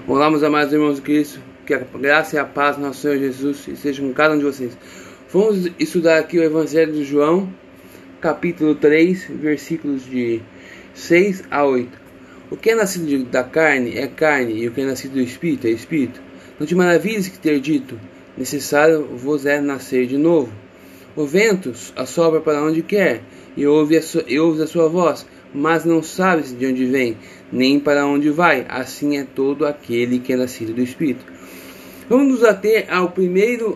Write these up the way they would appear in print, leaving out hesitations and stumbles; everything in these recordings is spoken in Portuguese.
Olá, meus amados irmãos de Cristo, que a graça e a paz do nosso Senhor Jesus estejam com cada um de vocês. Vamos estudar aqui o Evangelho de João, capítulo 3, versículos de 6 a 8. O que é nascido da carne é carne, e o que é nascido do Espírito é Espírito. Não te maravilhes que ter dito, necessário vos é nascer de novo. O vento assopra para onde quer, e ouves a sua voz, mas não sabes de onde vem, nem para onde vai. Assim é todo aquele que é nascido do Espírito. Vamos nos ater ao primeiro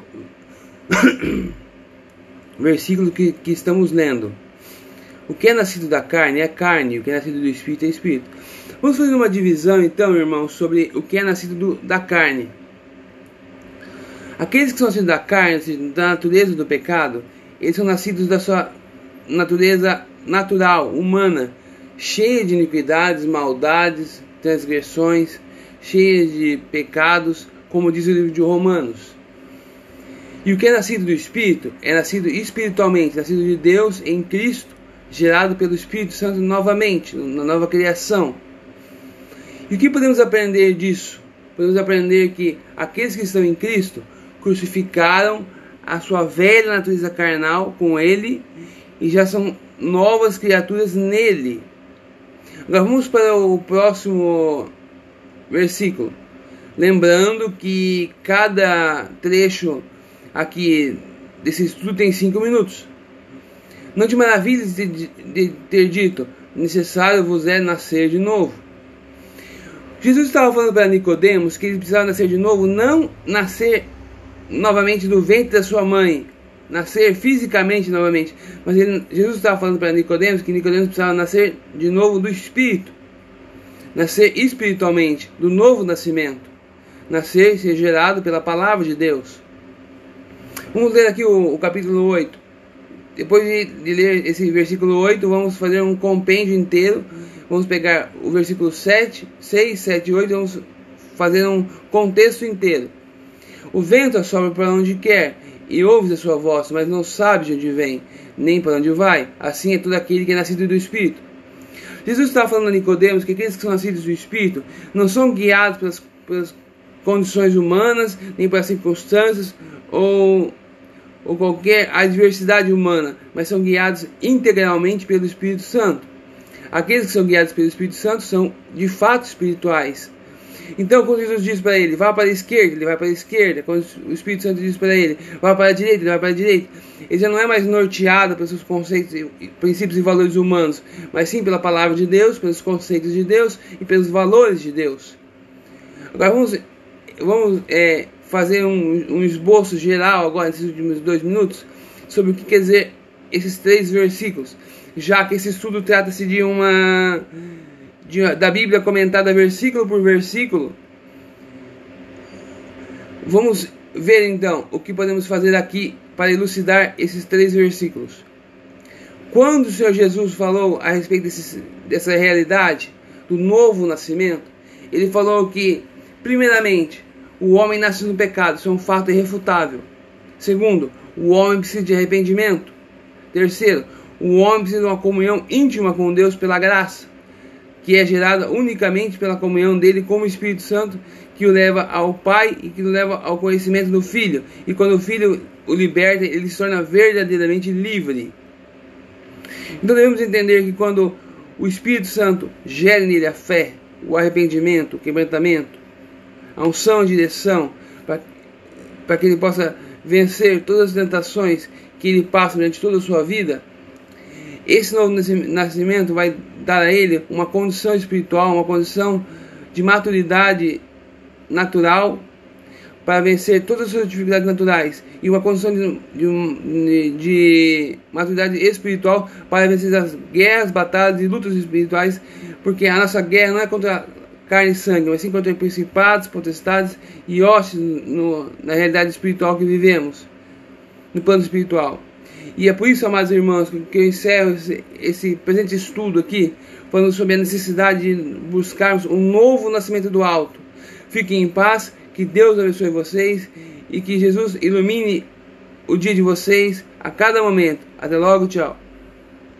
versículo que estamos lendo. O que é nascido da carne é carne, o que é nascido do Espírito é Espírito. Vamos fazer uma divisão então, irmãos, sobre o que é nascido da carne. Aqueles que são nascidos da carne, da natureza do pecado, eles são nascidos da sua natureza natural, humana, cheia de iniquidades, maldades, transgressões, cheia de pecados, como diz o livro de Romanos. E o que é nascido do Espírito é nascido espiritualmente, nascido de Deus em Cristo, gerado pelo Espírito Santo novamente, na nova criação. E o que podemos aprender disso? Podemos aprender que aqueles que estão em Cristo crucificaram a sua velha natureza carnal com Ele e já são novas criaturas nele. Agora vamos para o próximo versículo. Lembrando que cada trecho aqui desse estudo tem 5 minutos. Não te maravilhes de ter dito, necessário vos é nascer de novo. Jesus estava falando para Nicodemos que ele precisava nascer de novo, não nascer novamente do ventre da sua mãe, nascer fisicamente novamente, mas Jesus estava falando para Nicodemos que Nicodemos precisava nascer de novo do Espírito, nascer espiritualmente, do novo nascimento, nascer, ser gerado pela palavra de Deus. Vamos ler aqui o capítulo 8. Depois de ler esse versículo 8, vamos fazer um compêndio inteiro. Vamos pegar o versículo 7, 6, 7 e 8 e vamos fazer um contexto inteiro. O vento assopra para onde quer, e ouves a sua voz, mas não sabes de onde vem, nem para onde vai. Assim é todo aquele que é nascido do Espírito. Jesus estava falando a Nicodemos que aqueles que são nascidos do Espírito não são guiados pelas condições humanas, nem pelas circunstâncias ou qualquer adversidade humana, mas são guiados integralmente pelo Espírito Santo. Aqueles que são guiados pelo Espírito Santo são de fato espirituais. Então, quando Jesus diz para ele, vá para a esquerda, ele vai para a esquerda. Quando o Espírito Santo diz para ele, vá para a direita, ele vai para a direita. Ele já não é mais norteado pelos seus conceitos, princípios e valores humanos, mas sim pela palavra de Deus, pelos conceitos de Deus e pelos valores de Deus. Agora vamos fazer um esboço geral agora, nesses últimos 2 minutos, sobre o que quer dizer esses 3 versículos, já que esse estudo trata-se da Bíblia comentada versículo por versículo. Vamos ver então o que podemos fazer aqui para elucidar esses 3 versículos. Quando o Senhor Jesus falou a respeito dessa realidade do novo nascimento, ele falou que, primeiramente, o homem nasce no pecado, isso é um fato irrefutável. Segundo, o homem precisa de arrependimento. Terceiro, o homem precisa de uma comunhão íntima com Deus pela graça, que é gerada unicamente pela comunhão dele com o Espírito Santo, que o leva ao Pai e que o leva ao conhecimento do Filho. E quando o Filho o liberta, ele se torna verdadeiramente livre. Então devemos entender que quando o Espírito Santo gera nele a fé, o arrependimento, o quebrantamento, a unção, a direção, para que ele possa vencer todas as tentações que ele passa durante toda a sua vida, esse novo nascimento vai dar a ele uma condição espiritual, uma condição de maturidade natural para vencer todas as suas dificuldades naturais e uma condição de maturidade espiritual para vencer as guerras, batalhas e lutas espirituais, porque a nossa guerra não é contra carne e sangue, mas sim contra principados, potestades e hostes na realidade espiritual que vivemos, no plano espiritual. E é por isso, amados irmãos, que eu encerro esse presente estudo aqui, falando sobre a necessidade de buscarmos um novo nascimento do alto. Fiquem em paz, que Deus abençoe vocês e que Jesus ilumine o dia de vocês a cada momento. Até logo, tchau.